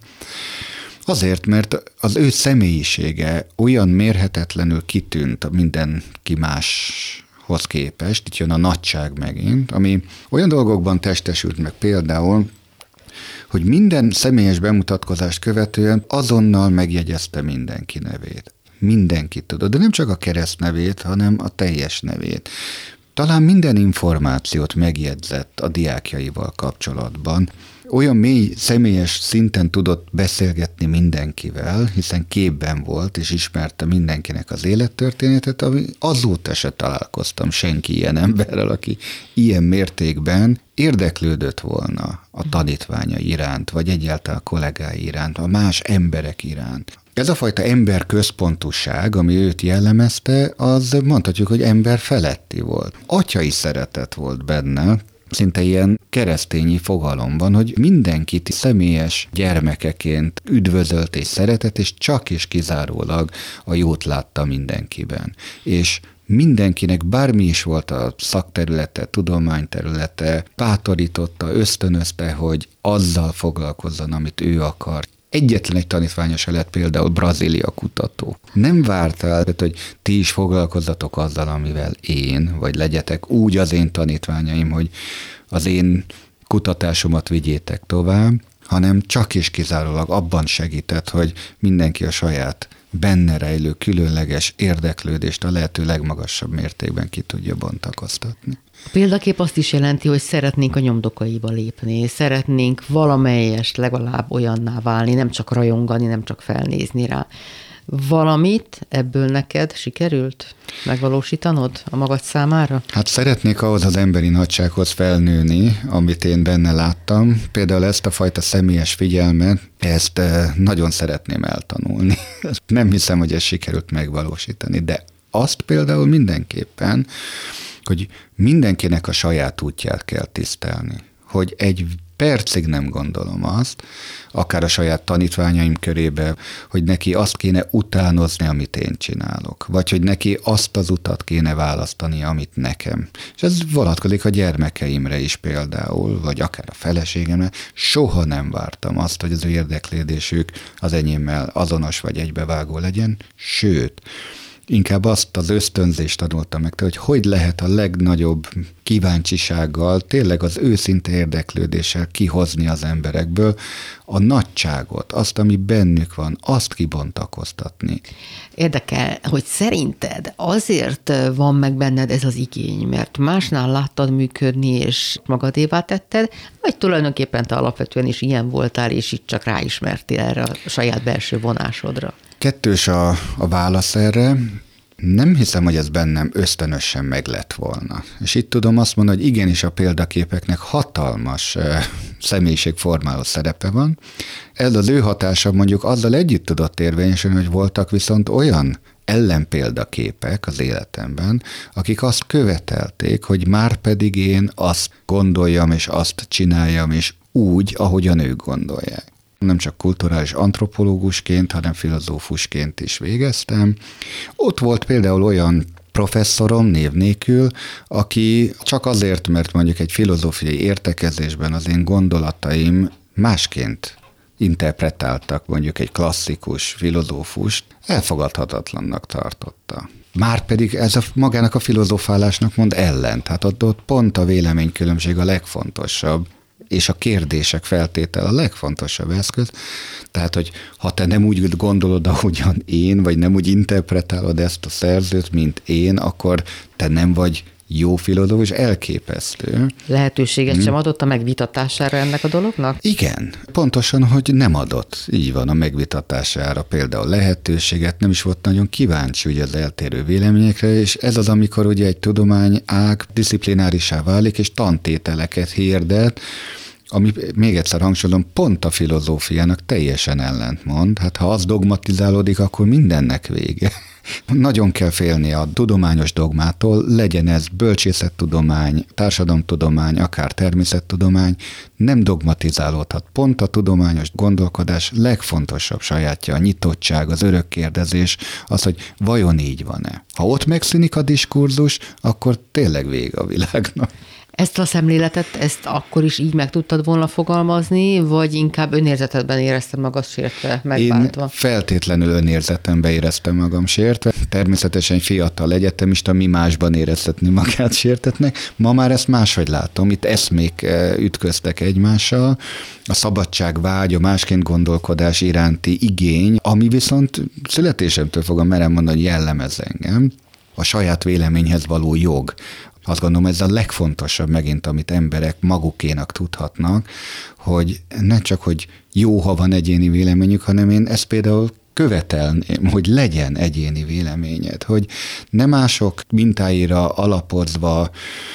Azért, mert az ő személyisége olyan mérhetetlenül kitűnt mindenki máshoz képest, itt jön a nagyság megint, ami olyan dolgokban testesült meg például, hogy minden személyes bemutatkozást követően azonnal megjegyezte mindenki nevét. Mindenki tudod, de nem csak a keresztnevét, hanem a teljes nevét. Talán minden információt megjegyzett a diákjaival kapcsolatban. Olyan mély, személyes szinten tudott beszélgetni mindenkivel, hiszen képben volt, és ismerte mindenkinek az élettörténetet, ami azóta se találkoztam senki ilyen emberrel, aki ilyen mértékben érdeklődött volna a tanítványa iránt, vagy egyáltalán a kollégái iránt, a más emberek iránt. Ez a fajta emberközpontúság, ami őt jellemezte, az mondhatjuk, hogy ember feletti volt. Atyai szeretet volt benne, szinte ilyen keresztényi fogalom van, hogy mindenkit személyes gyermekeként üdvözölt és szeretett, és csak és kizárólag a jót látta mindenkiben. És mindenkinek bármi is volt a szakterülete, tudományterülete, bátorította, ösztönözte, hogy azzal foglalkozzon, amit ő akar. Egyetlen egy tanítványa se lett például Brazília kutató. Nem várta el, hogy ti is foglalkozzatok azzal, amivel én, vagy legyetek úgy az én tanítványaim, hogy az én kutatásomat vigyétek tovább, hanem csak és kizárólag abban segített, hogy mindenki a saját benne rejlő különleges érdeklődést a lehető legmagasabb mértékben ki tudja bontakoztatni. A példakép azt is jelenti, hogy szeretnénk a nyomdokaiba lépni, szeretnénk valamelyest legalább olyanná válni, nem csak rajongani, nem csak felnézni rá. Valamit ebből neked sikerült megvalósítanod a magad számára? Hát szeretnék ahhoz az emberi nagysághoz felnőni, amit én benne láttam. Például ezt a fajta személyes figyelmet, ezt nagyon szeretném eltanulni. Nem hiszem, hogy ezt sikerült megvalósítani, de azt például mindenképpen, hogy mindenkinek a saját útját kell tisztelni. Hogy egy percig nem gondolom azt, akár a saját tanítványaim körébe, hogy neki azt kéne utánozni, amit én csinálok, vagy hogy neki azt az utat kéne választani, amit nekem. És ez vonatkozik a gyermekeimre is például, vagy akár a feleségemre. Soha nem vártam azt, hogy az ő érdeklődésük az enyémmel azonos vagy egybevágó legyen, sőt, inkább azt az ösztönzést tanultam meg, hogy hogy lehet a legnagyobb kíváncsisággal, tényleg az őszinte érdeklődéssel kihozni az emberekből a nagyságot, azt, ami bennük van, azt kibontakoztatni. Érdekel, hogy szerinted azért van meg benned ez az igény, mert másnál láttad működni, és magadévá tetted, vagy tulajdonképpen te alapvetően is ilyen voltál, és itt csak ráismertél erre a saját belső vonásodra? Kettős a, a válasz erre. Nem hiszem, hogy ez bennem ösztönösen meg lett volna. És itt tudom azt mondani, hogy igenis a példaképeknek hatalmas uh, személyiségformáló szerepe van. Ez az ő hatása mondjuk azzal együtt tudott érvényesülni, hogy voltak viszont olyan ellenpéldaképek az életemben, akik azt követelték, hogy már pedig én azt gondoljam, és azt csináljam, és úgy, ahogyan ők gondolják. Nem csak kulturális antropológusként, hanem filozófusként is végeztem. Ott volt például olyan professzorom név nélkül, aki csak azért, mert mondjuk egy filozófiai értekezésben az én gondolataim másként interpretáltak mondjuk egy klasszikus filozófust, elfogadhatatlannak tartotta. Márpedig ez a, magának a filozofálásnak mond ellent. Hát ott, ott pont a véleménykülönbség a legfontosabb, és a kérdések feltétel a legfontosabb eszköz. Tehát, hogy ha te nem úgy gondolod, ahogyan én, vagy nem úgy interpretálod ezt a szerzőt, mint én, akkor te nem vagy jó filozófus, elképesztő. Lehetőséget hmm. sem adott a megvitatására ennek a dolognak? Igen, pontosan, hogy nem adott. Így van, a megvitatására például lehetőséget, nem is volt nagyon kíváncsi ugye az eltérő véleményekre, és ez az, amikor ugye egy tudományág diszciplinárisá válik, és tantételeket hirdet, ami még egyszer hangsúlyozom, pont a filozófiának teljesen ellentmond. Hát ha az dogmatizálódik, akkor mindennek vége. Nagyon kell félni a tudományos dogmától, legyen ez bölcsészettudomány, társadalomtudomány, akár természettudomány, nem dogmatizálódhat. Pont a tudományos gondolkodás legfontosabb sajátja, a nyitottság, az örök kérdezés, az, hogy vajon így van-e. Ha ott megszűnik a diskurzus, akkor tényleg vége a világnak. Ezt a szemléletet, ezt akkor is így meg tudtad volna fogalmazni, vagy inkább önérzetedben érezted magad sértve, megbántva? Én feltétlenül önérzetemben éreztem magam sértve. Természetesen fiatal egyetemista, mi másban éreztetni magát sértetnek. Ma már ezt máshogy látom, itt eszmék ütköztek egymással. A szabadságvágy, a másként gondolkodás iránti igény, ami viszont születésemtől fogom merem mondani, hogy jellemez engem, a saját véleményhez való jog. Azt gondolom, ez a legfontosabb megint, amit emberek magukénak tudhatnak, hogy ne csak, hogy jó, ha van egyéni véleményük, hanem én ezt például követelném, hogy legyen egyéni véleményed, hogy ne mások mintáira alapozva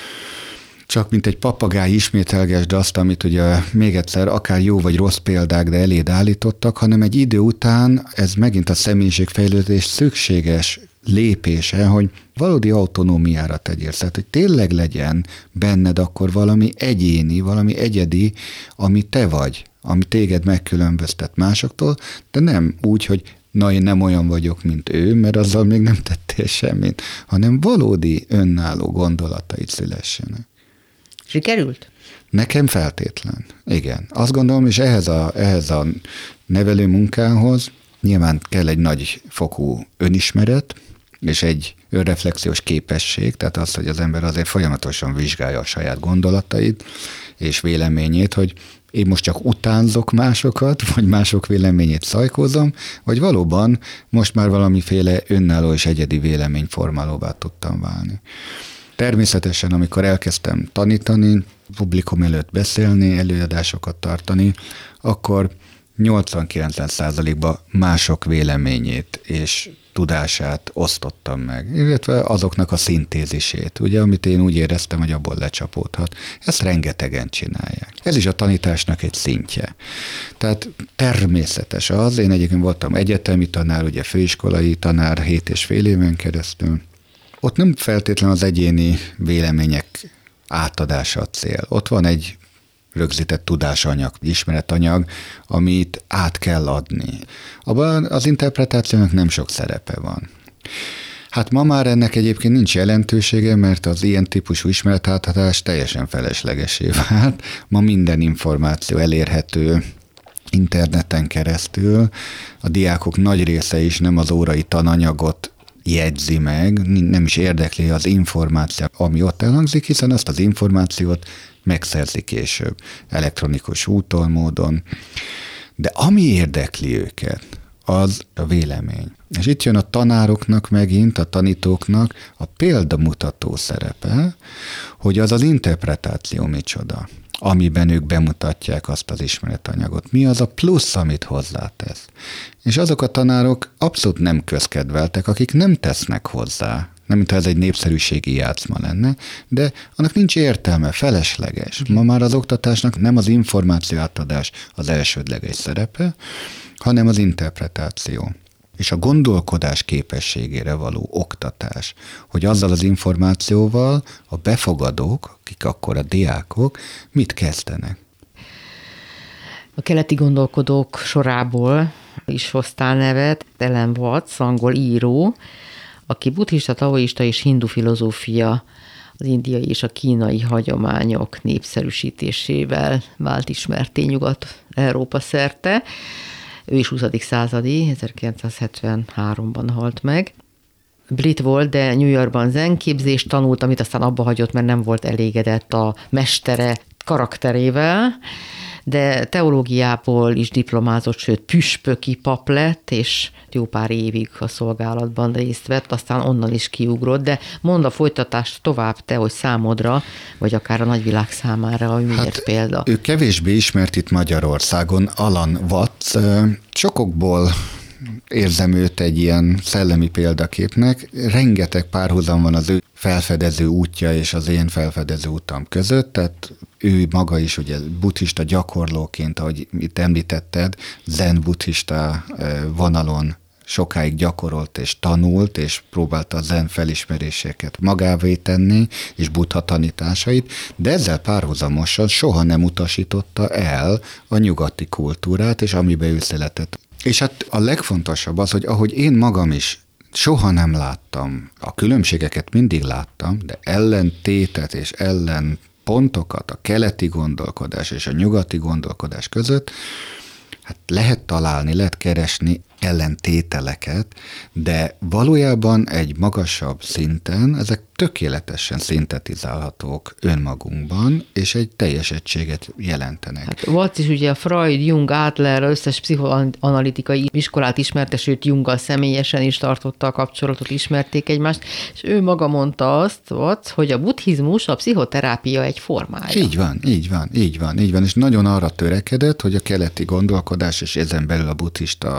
csak mint egy papagáj ismételgesd azt, amit ugye még egyszer akár jó vagy rossz példák, de eléd állítottak, hanem egy idő után ez megint a személyiségfejlődés szükséges lépése, hogy valódi autonómiára tegyél, tehát hogy tényleg legyen benned akkor valami egyéni, valami egyedi, ami te vagy, ami téged megkülönböztet másoktól, de nem úgy, hogy na, én nem olyan vagyok, mint ő, mert azzal még nem tettél semmit, hanem valódi önálló gondolataid szülessenek. Sikerült? Nekem feltétlen. Igen. Azt gondolom, és ehhez a, ehhez a nevelő munkához nyilván kell egy nagy fokú önismeret, és egy önreflexiós képesség, tehát az, hogy az ember azért folyamatosan vizsgálja a saját gondolatait és véleményét, hogy én most csak utánzok másokat, vagy mások véleményét szajkózom, vagy valóban most már valamiféle önálló és egyedi véleményformálóvá tudtam válni. Természetesen, amikor elkezdtem tanítani, publikum előtt beszélni, előadásokat tartani, akkor nyolcvan-kilencven százalékban mások véleményét és tudását osztottam meg, illetve azoknak a szintézisét, ugye, amit én úgy éreztem, hogy abból lecsapódhat. Ezt rengetegen csinálják. Ez is a tanításnak egy szintje. Tehát természetes az, én egyébként voltam egyetemi tanár, ugye főiskolai tanár hét és fél éven keresztül. Ott nem feltétlenül az egyéni vélemények átadása a cél. Ott van egy rögzített tudásanyag, ismeretanyag, amit át kell adni. Abban az interpretációnak nem sok szerepe van. Hát ma már ennek egyébként nincs jelentősége, mert az ilyen típusú ismeretátadás teljesen feleslegesé vált. Ma minden információ elérhető interneten keresztül. A diákok nagy része is nem az órai tananyagot jegyzi meg, nem is érdekli az információ, ami ott elhangzik, hiszen azt az információt megszerzi később, elektronikus úton, módon. De ami érdekli őket, az a vélemény. És itt jön a tanároknak megint, a tanítóknak a példamutató szerepe, hogy az az interpretáció micsoda, amiben ők bemutatják azt az ismeretanyagot. Mi az a plusz, amit hozzátesz? És azok a tanárok abszolút nem közkedveltek, akik nem tesznek hozzá. Nem, mintha ez egy népszerűségi játszma lenne, de annak nincs értelme, felesleges. Ma már az oktatásnak nem az információ átadás az elsődleges szerepe, hanem az interpretáció. És a gondolkodás képességére való oktatás, hogy azzal az információval a befogadók, akik akkor a diákok, mit kezdenek. A keleti gondolkodók sorából is hoztál nevet, Alan Watts, angol író, aki buddhista, taoista és hindu filozófia, az indiai és a kínai hagyományok népszerűsítésével vált ismertté Nyugat-Európa szerte. Ő is huszadik századi, ezerkilencszázhetvenháromban halt meg. Brit volt, de New Yorkban zenképzést tanult, amit aztán abba hagyott, mert nem volt elégedett a mestere karakterével, de teológiából is diplomázott, sőt püspöki pap lett, és jó pár évig a szolgálatban részt vett, aztán onnan is kiugrott, de mondd a folytatást tovább te, hogy számodra, vagy akár a nagyvilág számára, hogy miért hát, példa. Ő kevésbé ismert itt Magyarországon, Alan Watts, sokokból érzem őt egy ilyen szellemi példaképnek. Rengeteg párhuzam van az ő felfedező útja és az én felfedező utam között, tehát ő maga is ugye buddhista gyakorlóként, ahogy itt említetted, zen buddhista vonalon sokáig gyakorolt és tanult, és próbálta a zen felismeréseket magávé tenni, és buddha tanításait, de ezzel párhuzamosan soha nem utasította el a nyugati kultúrát, és amibe ő született. És hát a legfontosabb az, hogy ahogy én magam is soha nem láttam, a különbségeket mindig láttam, de ellentétet és ellenpontokat a keleti gondolkodás és a nyugati gondolkodás között, hát lehet találni, lehet keresni ellentételeket, de valójában egy magasabb szinten ezek tökéletesen szintetizálhatók önmagunkban, és egy teljes egységet jelentenek. Hát Watts is ugye a Freud, Jung, Adler, összes pszichoanalitikai iskolát ismerte, sőt Junggal személyesen is tartotta a kapcsolatot, ismerték egymást, és ő maga mondta azt, Watts, hogy a buddhizmus a pszichoterápia egy formája. Így van, így van, így van, így van, és nagyon arra törekedett, hogy a keleti gondolkodás, és ezen belül a buddhista filozófia,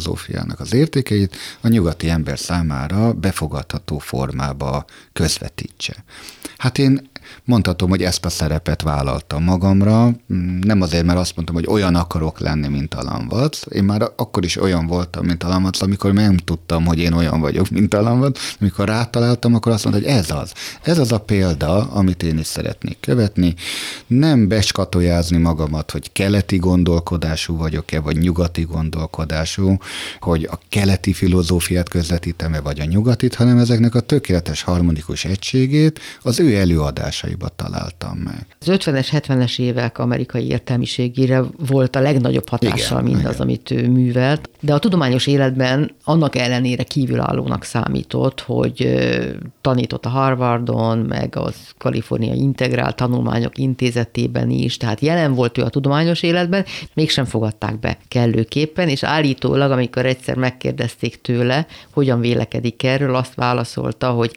filozófiának az értékeit a nyugati ember számára befogadható formába közvetítse. Hát én mondhatom, hogy ezt a szerepet vállaltam magamra, nem azért, mert azt mondtam, hogy olyan akarok lenni, mint Alan Watts. Én már akkor is olyan voltam, mint Alan Watts, amikor nem tudtam, hogy én olyan vagyok, mint Alan Watts. Amikor rátaláltam, akkor azt mondtam, hogy ez az. Ez az a példa, amit én is szeretnék követni. Nem beskatojázni magamat, hogy keleti gondolkodású vagyok-e, vagy nyugati gondolkodású, hogy a keleti filozófiát közvetítem-e, vagy a nyugatit, hanem ezeknek a tökéletes harmonikus egységét az ő előadásaiba találtam meg. Az ötvenes, hetvenes évek amerikai értelmiségére volt a legnagyobb hatással mindaz, igen. amit ő művelt, de a tudományos életben annak ellenére kívülállónak számított, hogy tanított a Harvardon, meg az Kaliforniai Integrált Tanulmányok Intézetében is, tehát jelen volt ő a tudományos életben, mégsem fogadták be kellőképpen, és állítólag, amikor egyszer megkérdezték tőle, hogyan vélekedik erről, azt válaszolta, hogy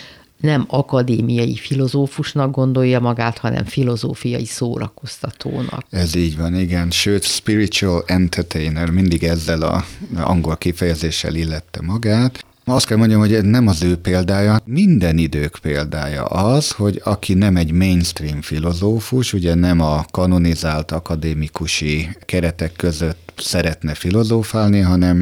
nem akadémiai filozófusnak gondolja magát, hanem filozófiai szórakoztatónak. Ez így van, igen. Sőt, spiritual entertainer, mindig ezzel az angol kifejezéssel illette magát. Azt kell mondjam, hogy nem az ő példája, minden idők példája az, hogy aki nem egy mainstream filozófus, ugye nem a kanonizált akadémikusi keretek között szeretne filozófálni, hanem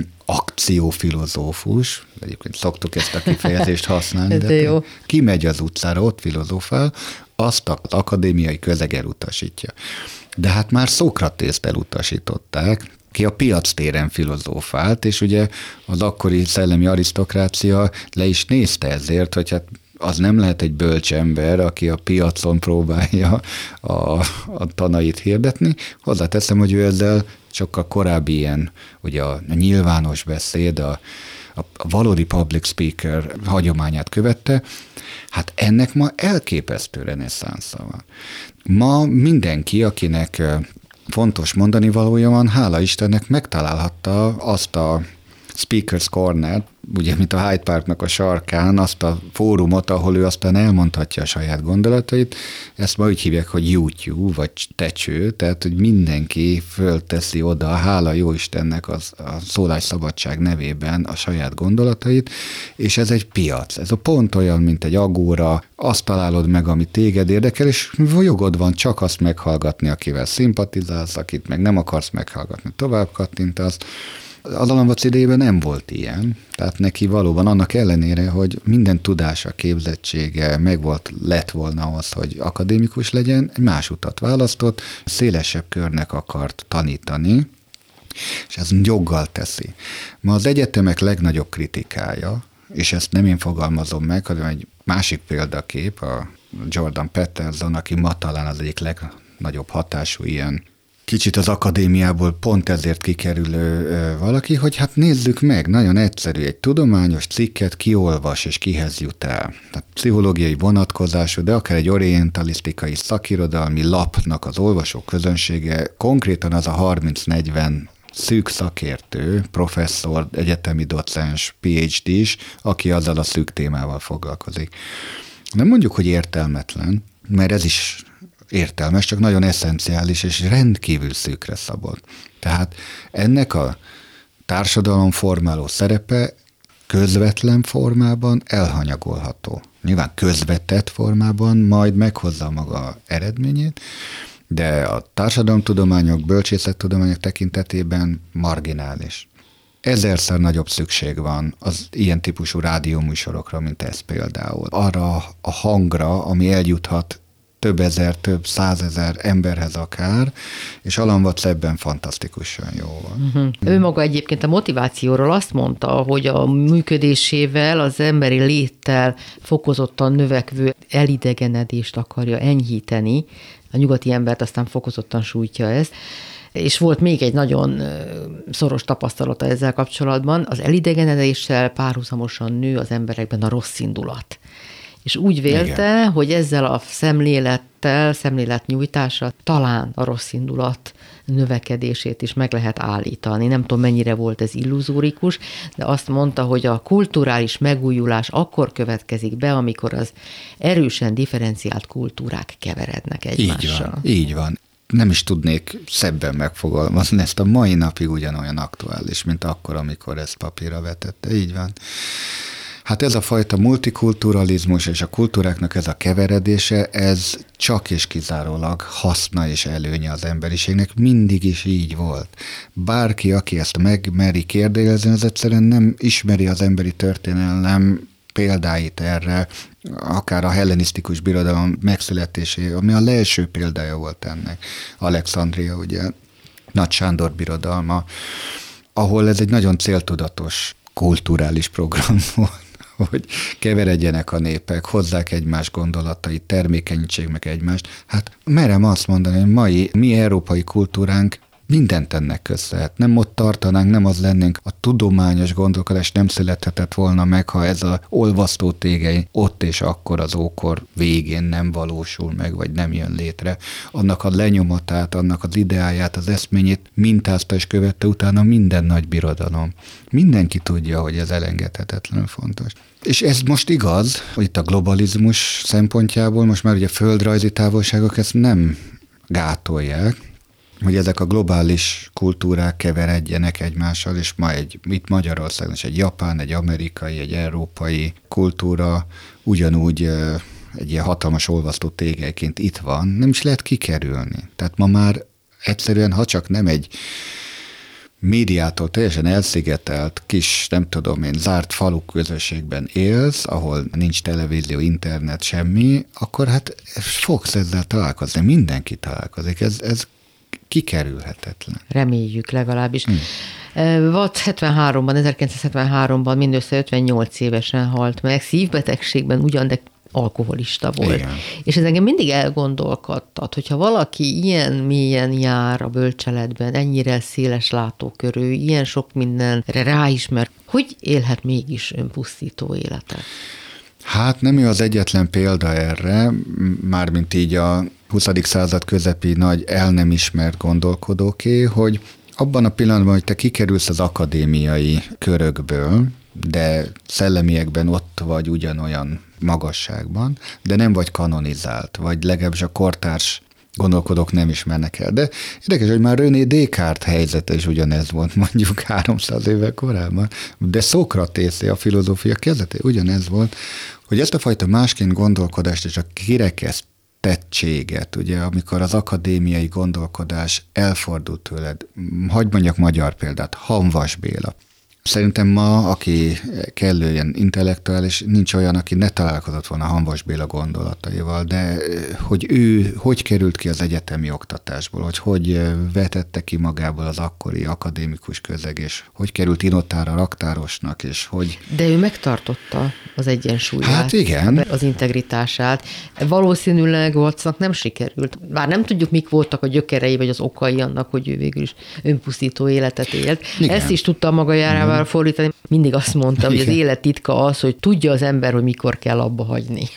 akciófilozófus, egyébként szoktuk ezt a kifejezést használni, de, de jó. Kimegy az utcára, ott filozófál, azt az akadémiai közeg elutasítja. De hát már Szókratészt elutasították, ki a piactéren filozófált, és ugye az akkori szellemi arisztokrácia le is nézte ezért, hogy hát az nem lehet egy bölcs ember, aki a piacon próbálja a, a tanait hirdetni. Hozzáteszem, hogy ő ezzel sokkal korábbi ilyen, ugye a nyilvános beszéd, a, a valódi public speaker hagyományát követte. Hát ennek ma elképesztő reneszánsza van. Ma mindenki, akinek fontos mondani valója van, hála Istennek megtalálhatta azt a Speaker's Corner, ugye, mint a Hyde Parknak a sarkán, azt a fórumot, ahol ő aztán elmondhatja a saját gondolatait. Ezt ma úgy hívják, hogy YouTube, vagy tecső, tehát, hogy mindenki fölteszi oda, hála jó Istennek az, a szólásszabadság nevében a saját gondolatait, és ez egy piac. Ez a pont olyan, mint egy agóra, azt találod meg, ami téged érdekel, és jogod van csak azt meghallgatni, akivel szimpatizálsz, akit meg nem akarsz meghallgatni, tovább kattintasz. Az Alan Watts idejében nem volt ilyen, tehát neki valóban annak ellenére, hogy minden tudása, képzettsége megvolt, lett volna ahhoz, hogy akadémikus legyen, egy más utat választott, szélesebb körnek akart tanítani, és ez joggal teszi. Ma az egyetemek legnagyobb kritikája, és ezt nem én fogalmazom meg, hanem egy másik példakép, a Jordan Peterson, aki ma talán az egyik legnagyobb hatású ilyen kicsit az akadémiából pont ezért kikerülő ö, valaki, hogy hát nézzük meg, nagyon egyszerű, egy tudományos cikket kiolvas és kihez jut el. Tehát pszichológiai vonatkozású, de akár egy orientalisztikai szakirodalmi lapnak az olvasó közönsége, konkrétan az a harminc-negyven szűk szakértő, professzor, egyetemi docens, pé há dés, aki azzal a szűk témával foglalkozik. Nem mondjuk, hogy értelmetlen, mert ez is értelmes, csak nagyon eszenciális és rendkívül szűkre szabott. Tehát ennek a társadalomformáló szerepe közvetlen formában elhanyagolható. Nyilván közvetett formában majd meghozza maga eredményét, de a társadalomtudományok, bölcsészettudományok tekintetében marginális. Ezerszer nagyobb szükség van az ilyen típusú rádióműsorokra, mint ez például. Arra a hangra, ami eljuthat több ezer, több százezer emberhez akár, és Alan Watts ebben fantasztikusan jó van. Uh-huh. Ő maga egyébként a motivációról azt mondta, hogy a működésével az emberi léttel fokozottan növekvő elidegenedést akarja enyhíteni. A nyugati embert aztán fokozottan sújtja ezt. És volt még egy nagyon szoros tapasztalata ezzel kapcsolatban. Az elidegenedéssel párhuzamosan nő az emberekben a rossz indulat. És úgy vélte, igen, hogy ezzel a szemlélettel, szemléletnyújtással talán a rossz indulat növekedését is meg lehet állítani. Nem tudom, mennyire volt ez illuzórikus, de azt mondta, hogy a kulturális megújulás akkor következik be, amikor az erősen differenciált kultúrák keverednek egymással. Így van, így van. nem is tudnék szebben megfogalmazni, ezt a mai napig ugyanolyan aktuális, mint akkor, amikor ezt papírra vetette. Így van. Hát ez a fajta multikulturalizmus és a kultúráknak ez a keveredése, ez csak és kizárólag haszna és előnye az emberiségnek, mindig is így volt. Bárki, aki ezt megmeri kérdezni, az egyszerűen nem ismeri az emberi történelem példáit erre, akár a hellenisztikus birodalom megszületésé, ami a leelső példája volt ennek. Alexandria, ugye, Nagy Sándor birodalma, ahol ez egy nagyon céltudatos kulturális program volt, hogy keveredjenek a népek, hozzák egymás gondolatait, termékenység meg egymást. Hát merem azt mondani, hogy mai mi európai kultúránk mindent ennek köszönhet. Nem ott tartanánk, nem az lennénk, a tudományos gondolkodás nem születhetett volna meg, ha ez a olvasztó tégely ott és akkor az ókor végén nem valósul meg, vagy nem jön létre. Annak a lenyomatát, annak az ideáját, az eszményét mintázta és követte utána minden nagy birodalom. Mindenki tudja, hogy ez elengedhetetlenül fontos. És ez most igaz, hogy itt a globalizmus szempontjából, most már ugye földrajzi távolságok ezt nem gátolják, hogy ezek a globális kultúrák keveredjenek egymással, és ma egy, itt Magyarországon is egy japán, egy amerikai, egy európai kultúra ugyanúgy egy ilyen hatalmas olvasztó tégelyként itt van, nem is lehet kikerülni. Tehát ma már egyszerűen, ha csak nem egy médiától teljesen elszigetelt, kis, nem tudom én, zárt falu közösségben élsz, ahol nincs televízió, internet, semmi, akkor hát fogsz ezzel találkozni, mindenki találkozik, ez, ez kikerülhetetlen. Reméljük legalábbis. Hmm. Watt hetvenháromban, ezerkilencszázhetvenháromban mindössze ötvennyolc évesen halt meg, szívbetegségben ugyan, de alkoholista volt. Igen. És ez engem mindig elgondolkodtat, hogyha valaki ilyen mélyen jár a bölcseletben, ennyire széles látókörű, ilyen sok mindenre ráismer, hogy élhet mégis önpusztító életet? Hát nem ő az egyetlen példa erre, mármint így a huszadik század közepi nagy el nem ismert gondolkodóké, hogy abban a pillanatban, hogy te kikerülsz az akadémiai körökből, de szellemiekben ott vagy ugyanolyan magasságban, de nem vagy kanonizált, vagy legalábbis a kortárs gondolkodók nem ismernek el. De érdekes, hogy már René Descartes helyzete is ugyanez volt mondjuk háromszáz évvel korábban, de Szókratészé, a filozófia kezdete ugyanez volt, hogy ezt a fajta másként gondolkodást és a kirekesztettséget, ugye, amikor az akadémiai gondolkodás elfordult tőled, hadd mondjak magyar példát, Hamvas Béla. Szerintem ma, aki kellően intellektuális, nincs olyan, aki ne találkozott volna Hamvas Béla gondolataival, de hogy ő hogy került ki az egyetemi oktatásból, hogy hogy vetette ki magából az akkori akadémikus közeg, és hogy került inotára raktárosnak, és hogy... De ő megtartotta az egyensúlyát. Hát igen. Az integritását. Valószínűleg Wattsnak nem sikerült. Bár nem tudjuk, mik voltak a gyökerei, vagy az okai annak, hogy ő végül is önpusztító életet élt. Igen. Ezt is tudta maga járával fordítani. Mindig azt mondta, hogy az élet titka az, hogy tudja az ember, hogy mikor kell abba hagyni.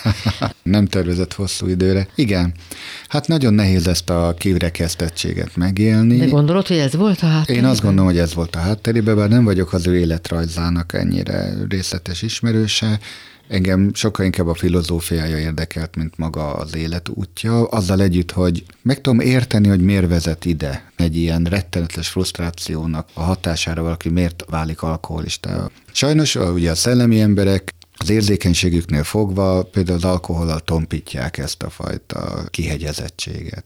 Nem tervezett hosszú időre. Igen. Hát nagyon nehéz ezt a kirekesztettséget megélni. De gondolod, hogy ez volt a hátterében? Én azt gondolom, hogy ez volt a hátterében, bár nem vagyok az ő életrajzának ennyire részletes ismerőse. Engem sokkal inkább a filozófiája érdekelt, mint maga az életútja, azzal együtt, hogy meg tudom érteni, hogy miért vezet ide egy ilyen rettenetes frusztrációnak a hatására valaki miért válik alkoholistával. Sajnos ugye a szellemi emberek az érzékenységüknél fogva például az alkohollal tompítják ezt a fajta kihegyezettséget.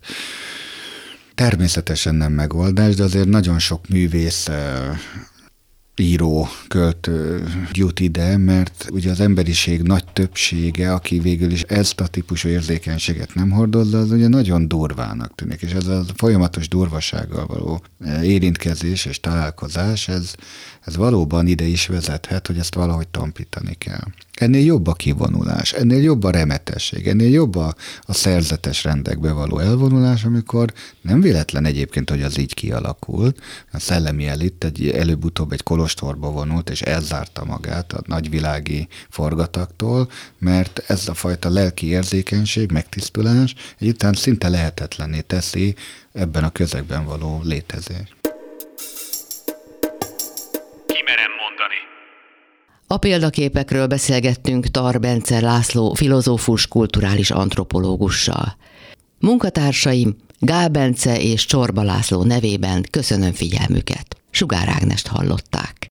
Természetesen nem megoldás, de azért nagyon sok művész, író, költő jut ide, mert ugye az emberiség nagy többsége, aki végül is ezt a típusú érzékenységet nem hordozza, az ugye nagyon durvának tűnik, és ez a folyamatos durvasággal való érintkezés és találkozás, ez, ez valóban ide is vezethet, hogy ezt valahogy tompítani kell. Ennél jobb a kivonulás, ennél jobb a remetesség, ennél jobb a, a szerzetes rendekbe való elvonulás, amikor nem véletlen egyébként, hogy az így kialakult. A szellemi elit egy, előbb-utóbb egy kolostorba vonult, és elzárta magát a nagyvilági forgataktól, mert ez a fajta lelki érzékenység, megtisztulás egyután szinte lehetetlenné teszi ebben a közegben való létezést. A példaképekről beszélgettünk Tar Bence László filozófus, kulturális antropológussal. Munkatársaim Gál Bence és Csorba László nevében köszönöm figyelmüket. Sugár Ágnest hallották.